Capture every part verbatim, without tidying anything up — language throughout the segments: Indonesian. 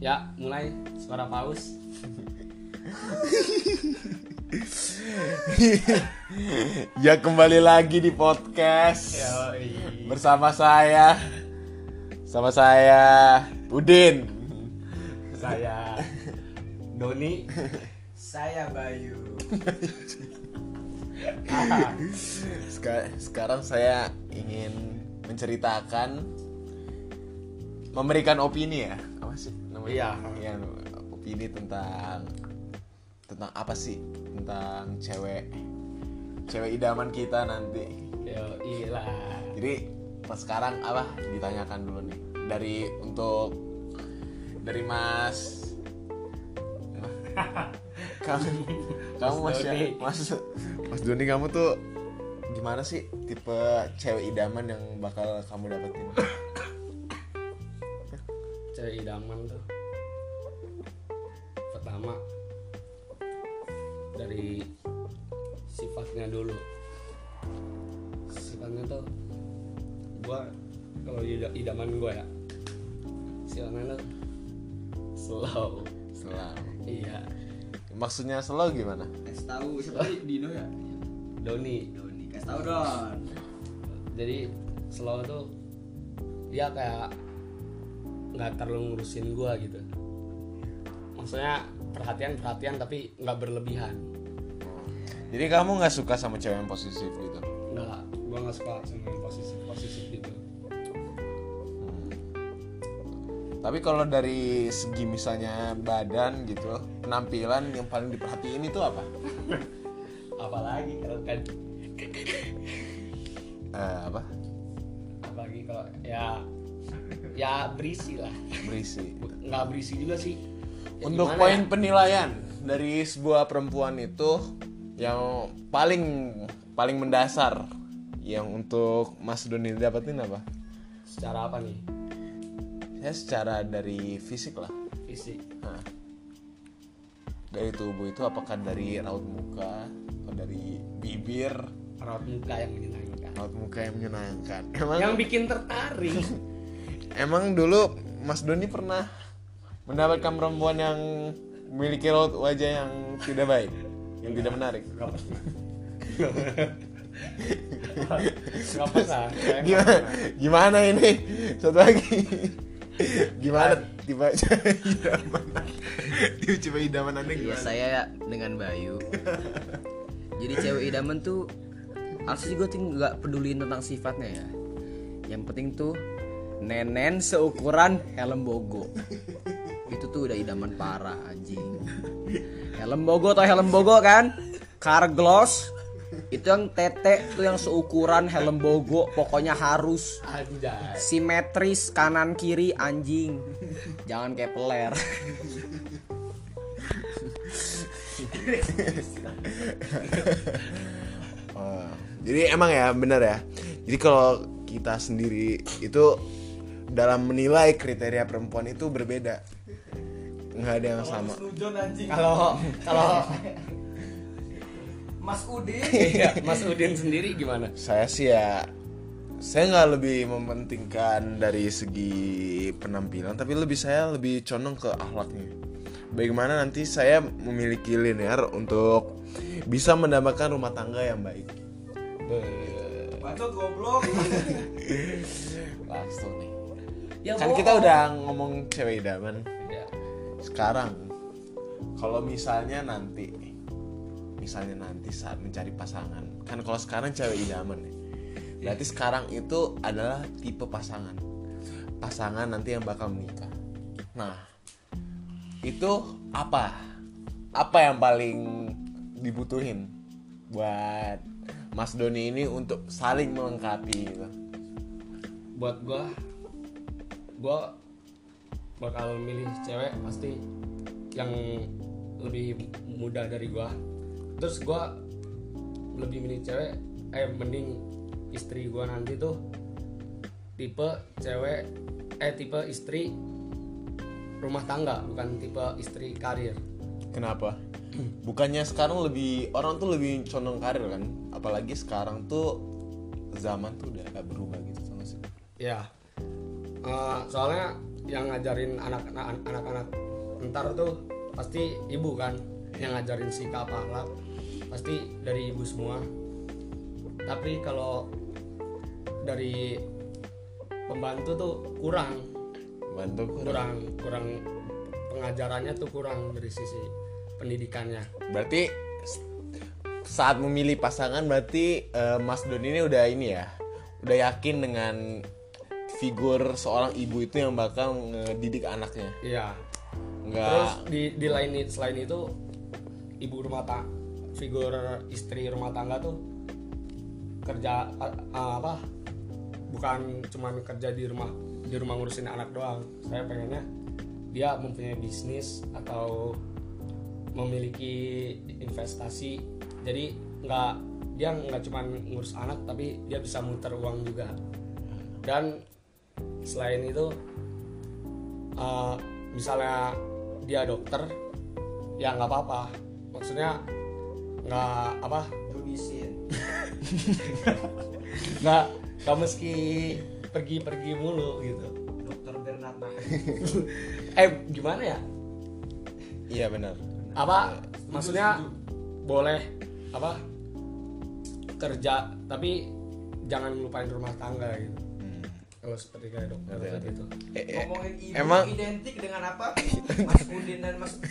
Ya, mulai suara paus. Ya kembali lagi di podcast Yoi. bersama saya, sama saya Udin, Saya Doni. Saya Bayu. Seka- Sekarang saya ingin menceritakan, memberikan opini ya, apa sih namanya? Iya. Ya, opini tentang tentang apa sih? Tentang cewek, cewek idaman kita nanti. Yoi lah. Jadi pas sekarang apa? Ditanyakan dulu nih dari untuk dari Mas. kamu kamu Mas mas Doni. mas Mas Doni, kamu tuh gimana sih tipe cewek idaman yang bakal kamu dapetin? Cewek idaman tuh pertama dari sifatnya dulu. Sifatnya tuh gua kalau ida- idaman gua ya, sifatnya tuh slow. Selalu. Iya. Maksudnya slow gimana? Kasih tahu siapa sih? Dino ya? Doni. Doni. Kasih tahu Don. Jadi slow tuh dia kayak nggak terlalu ngurusin gua gitu. Maksudnya perhatian perhatian tapi nggak berlebihan. Jadi kamu nggak suka sama cewek yang posesif gitu? Nggak, gua nggak suka sama yang posesif posesif gitu. Tapi kalau dari segi misalnya badan gitu, penampilan yang paling diperhatiin itu apa? Apalagi kalau kan Eh, apa? apalagi kalau ya ya berisi lah. Berisi. Nggak berisi juga sih. Ya Untuk gimana poin ya? penilaian dari sebuah perempuan itu yang paling paling mendasar yang untuk Mas Doni dapetin apa? Secara apa nih? Ya secara dari fisik lah. Fisik. Nah, dari tubuh itu apakah dari raut muka atau dari bibir? Raut muka yang menyenangkan. Raut muka yang menyenangkan. Emang Yang bikin tertarik. emang dulu Mas Doni pernah mendapatkan perempuan yang memiliki raut wajah yang tidak baik, yang tidak menarik? Nggak pernah. Saya nggak Gimana? pernah. Gimana ini? Satu lagi. Gimana tiba idaman? Tiba idaman Anda Ya gimana? saya dengan Bayu. Jadi cewek idaman tuh asli gue tuh nggak peduliin tentang sifatnya ya. Yang penting tuh nenen seukuran helm bogo. Itu tuh udah idaman parah anjing. Helm bogo atau helm bogo kan? Car gloss. Itu yang tete tuh yang seukuran helm bogo, pokoknya harus Anjay. simetris kanan kiri anjing. Jangan kayak peler. Oh, jadi emang ya benar ya. Jadi kalau kita sendiri itu dalam menilai kriteria perempuan itu berbeda. Nggak ada yang sama. Kalau kalau Mas Udin. iya, Mas Udin sendiri gimana? Saya sih ya, saya nggak lebih mementingkan dari segi penampilan, tapi lebih saya lebih condong ke akhlaknya. Bagaimana nanti saya memiliki linear untuk bisa mendambakan rumah tangga yang baik. Bacot goblok. Langsung nih. Ya, Kan kita udah ngomong cewek idaman. ya. Sekarang kalau misalnya nanti misalnya nanti saat mencari pasangan, kan kalau sekarang cewek idaman nih, berarti sekarang itu adalah tipe pasangan pasangan nanti yang bakal menikah. Nah, itu apa apa yang paling dibutuhin buat Mas Doni ini untuk saling melengkapi gitu? Buat gua gua bakal milih cewek pasti yang lebih muda dari gua. Terus gua lebih milih cewek eh mending istri gua nanti tuh tipe cewek eh tipe istri rumah tangga, bukan tipe istri karir. Kenapa? Bukannya sekarang lebih orang tuh lebih condong karir kan? Apalagi sekarang tuh zaman tuh udah agak berubah gitu sama sih. Ya, uh, soalnya yang ngajarin anak-anak anak-anak ntar tuh pasti ibu kan, yang ngajarin sikap akhlak pasti dari ibu semua. Tapi kalau dari pembantu tuh kurang Bantu kurang kurang pengajarannya tuh kurang dari sisi pendidikannya. Berarti s- saat memilih pasangan berarti eh, Mas Don ini udah ini ya, udah yakin dengan figur seorang ibu itu yang bakal ngedidik anaknya. Iya. Enggak. Terus di di lain it- selain itu ibu rumah tangga, figur istri rumah tangga tuh kerja a- a- apa? Bukan cuman kerja di rumah di rumah ngurusin anak doang. Saya pengennya dia mempunyai bisnis atau memiliki investasi. Jadi nggak dia nggak cuman ngurus anak tapi dia bisa muter uang juga. Dan selain itu uh, misalnya dia dokter ya nggak apa-apa, maksudnya nggak apa nggak nggak meski pergi-pergi mulu gitu. Dokter Bernard eh gimana ya, Iya benar. apa maksudnya boleh apa kerja tapi jangan lupain rumah tangga gitu. Kalau seperti kayak dokter Ngerti, ngerti. gitu. Eh, eh, Ngomongin ibu emang identik dengan apa? Mas Udin dan Mas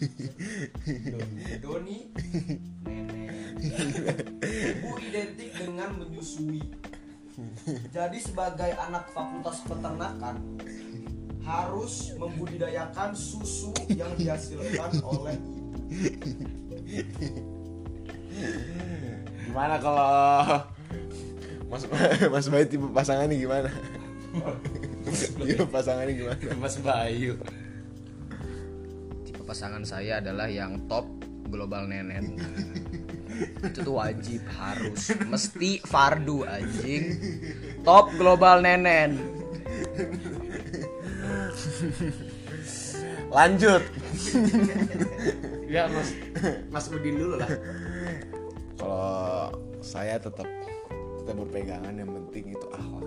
Doni nenek. Ibu identik dengan menyusui. Jadi sebagai anak fakultas peternakan harus membudidayakan susu yang dihasilkan oleh ibu. gimana kalau Mas Mas Bayu tipe pasangannya gimana? Tipe pasangannya gimana? Mas Bayu. Tipe pasangan saya adalah yang top global nenen. Itu tuh wajib, harus, mesti fardu anjing. Top global nenen. Lanjut. Ya Mas Mas Udin dulu lah. Kalau saya tetap tetap berpegangan, yang penting itu akhlak.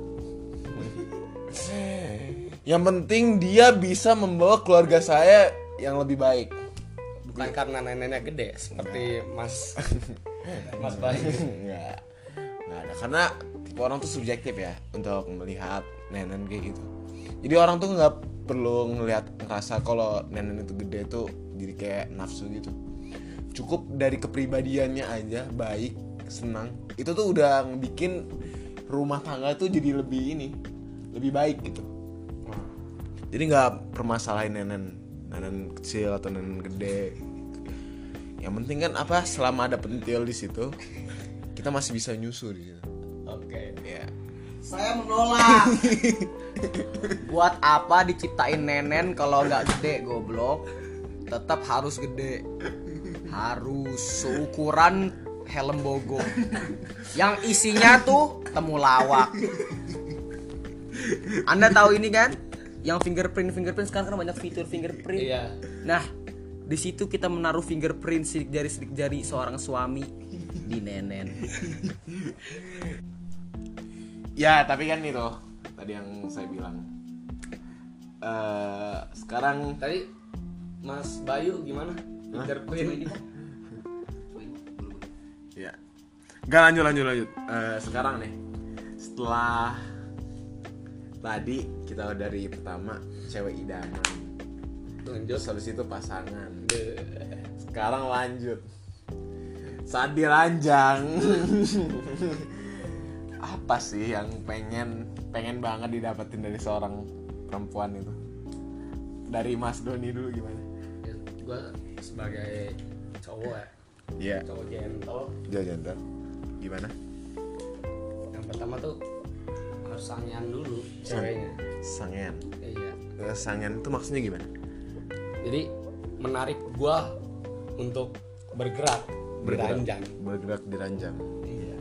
Yang penting dia bisa membawa keluarga saya yang lebih baik. Bukan karena neneknya gede seperti Mas Mas Bayu. Enggak. Enggak ada, karena tipe orang tuh subjektif ya untuk melihat nenen kayak gitu. Jadi orang tuh nggak perlu ngelihat ngerasa kalau nenen itu gede tuh jadi kayak nafsu gitu. Cukup dari kepribadiannya aja baik, senang. Itu tuh udah bikin rumah tangga tuh jadi lebih ini, lebih baik gitu. Jadi nggak permasalahin nenen nenen kecil atau nenen gede. Yang penting kan apa, selama ada pentil di situ kita masih bisa nyusu di situ. Oke. Ya. Saya menolak. Buat apa diciptain nenen kalau nggak gede, goblok? Tetap harus gede. Harus seukuran helm bogo. Yang isinya tuh temulawak. Anda tahu ini kan? Yang fingerprint fingerprint sekarang kan banyak fitur fingerprint. Iya. Nah, di situ kita menaruh fingerprint sidik jari sidik jari seorang suami di nenen. Ya, tapi kan itu tadi yang saya bilang. Eh, sekarang Tadi Mas Bayu gimana? Fingerprint. ya. Enggak, lanjut lanjut lanjut. Eh, sekarang nih, setelah tadi kita dari pertama cewek idaman, Lanjut. terus habis itu pasangan. Sekarang lanjut saat diranjang. Apa sih yang pengen pengen banget didapetin dari seorang perempuan itu? Dari Mas Doni dulu gimana? Ya, gue sebagai cowok ya, Iya. cowok gentle. Jajan gimana? Yang pertama tuh harus sangean dulu ceweknya. Sangean. Iya. Eh, Sangean itu maksudnya gimana? Jadi menarik gue untuk bergerak, beranjang. Bergerak di ranjang. Iya.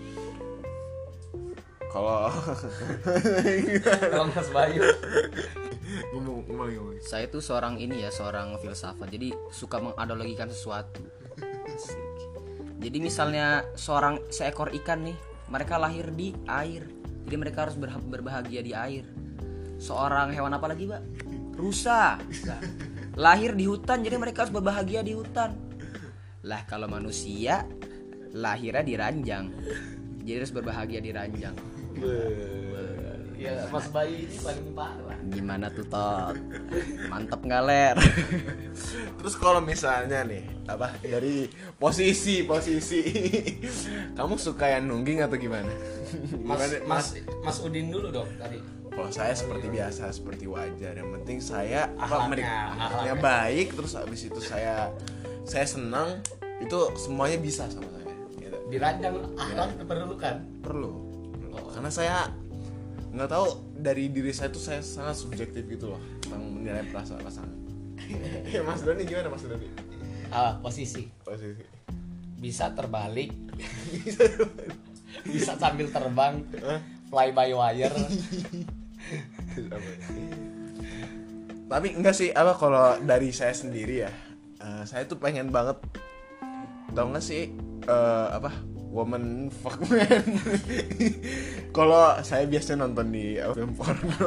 Kalau Kalau Mas Bayu, ngomong ngomong ngomong. saya tuh seorang ini ya, seorang filsafat. Jadi suka menganalogikan sesuatu. Jadi misalnya seorang seekor ikan nih, mereka lahir di air. Jadi mereka harus berha- berbahagia di air. seorang hewan apa lagi, Pak? Rusa. Lahir di hutan, jadi mereka harus berbahagia di hutan. Lah kalau manusia lahirnya di ranjang, jadi harus berbahagia di ranjang. Ya Mas Bayu ini paling parah. Gimana tuh Tot? Mantep nggak Ler? Terus kalau misalnya nih apa dari posisi posisi kamu suka yang nungging atau gimana? Mas, Gimana, Mas Mas Udin dulu dong tadi. Kalau saya seperti biasa, seperti wajar. Yang penting saya apa Akhlaknya, menik- akhlaknya akhlaknya. baik, terus habis itu saya saya senang, itu semuanya bisa sama saya. Gitu. Di ranjang akhlak diperlukan. Perlu. Karena saya nggak tahu, dari diri saya tuh saya sangat subjektif gitu loh tentang menilai perasaan pasangan. Ya Mas Doni gimana Mas Doni? Ah, posisi Posisi. bisa terbalik, bisa sambil terbang, fly by wire. Tapi enggak sih, apa kalau dari saya sendiri ya, eh, saya tuh pengen banget, tau nggak sih eh, apa woman fuck man. Kalau saya biasanya nonton di film porno.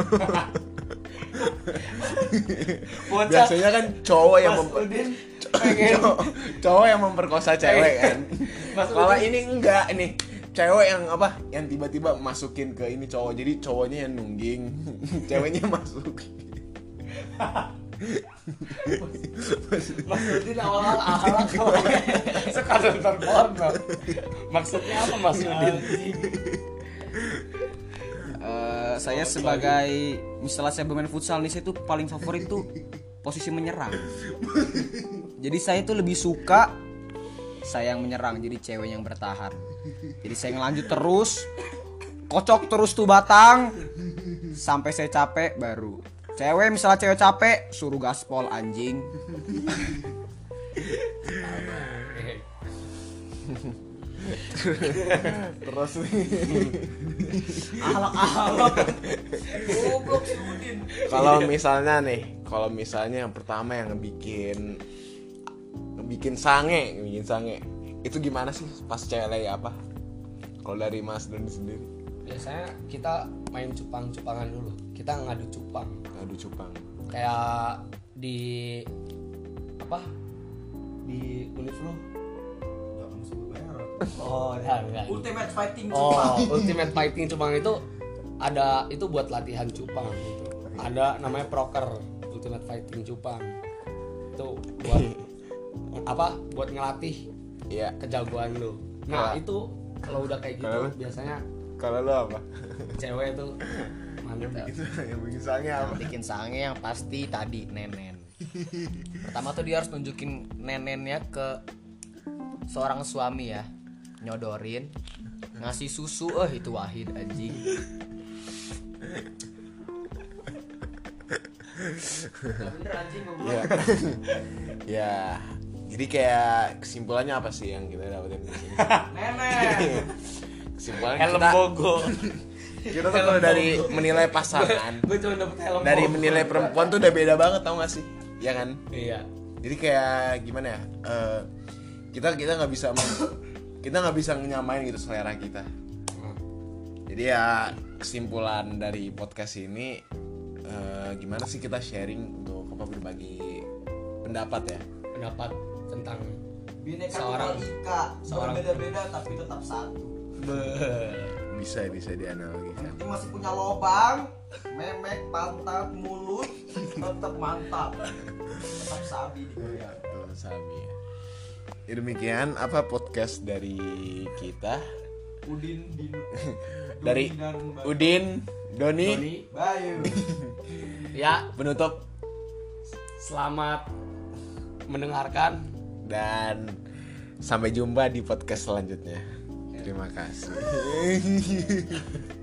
Biasanya kan cowok yang Mas memper- Udin pengen cowok, cowok yang memperkosa cewek kan. Mas Kalau Udin- ini enggak, ini cewek yang apa? Yang tiba-tiba masukin ke ini cowok. Jadi cowoknya yang nungging, ceweknya masuk. Mas Udin awal-awal akhlak suka nonton porno. Maksudnya apa Mas Udin? Eh, saya sebagai misalnya saya bermain futsal nih, saya tuh paling favorit tuh posisi menyerang. Jadi saya tuh lebih suka saya yang menyerang, jadi cewek yang bertahan. Jadi saya ngelanjut terus, kocok terus tuh batang sampai saya capek baru. Cewek misalnya cewek capek, suruh gaspol anjing. Terus Akhlak-akhlak. Goblok si Udin. kalau misalnya nih, kalau misalnya yang pertama yang ngebikin ngebikin sange, ngebikin sange, itu gimana sih pas cewek lagi apa? Kalau dari Mas Doni sendiri, Biasanya kita main cupang-cupangan dulu. Kita ngadu cupang. ngadu cupang. Kayak di apa? Di univ lu. Oh, enggak, enggak. Ultimate fighting Oh, Ultimate Fighting Cupang itu ada, itu buat latihan cupang gitu. Ada namanya proker Ultimate Fighting Cupang. Itu buat apa? Buat ngelatih Iya. kejagoan lu. Nah, itu kalau udah kayak gitu Kalau- biasanya Kalau lo apa? cewek tuh mantap. Itu yang bikin sange Yang apa? bikin sange yang pasti tadi nenen. Pertama tuh dia harus nunjukin nenennya ke seorang suami ya, nyodorin, ngasih susu, eh itu Wahid anjing. Bener anjing goblok. Ya. Ya. Jadi kayak kesimpulannya apa sih yang kita dapetin di sini? Nenen. Kesimpulannya Helm kita, bogo. kita tuh kalau dari menilai pasangan, Gue cuma dapet helm dari bogo. menilai perempuan tuh udah beda banget, tau gak sih? Ya kan? Iya. Jadi kayak gimana ya? Eh, kita kita nggak bisa mem- kita nggak bisa nyamain gitu selera kita. Jadi ya kesimpulan dari podcast ini, eh, gimana sih kita sharing untuk apa, berbagi pendapat ya? Pendapat tentang Bineka Seorang- Tunggal Ika, seorang- berbeda-beda tapi tetap satu. Bisa bisa dianalogikan. Penting masih punya lobang, memek, pantat, mulut, tetap mantap. Tetap sabi digoyang. Tuh, Sabi ya. Ya demikian apa podcast dari kita, Udin, Din, dari Doni dan Bayu. Udin, Doni, Doni. Bayu. Ya, penutup, selamat mendengarkan. dan sampai jumpa di podcast selanjutnya. Terima kasih.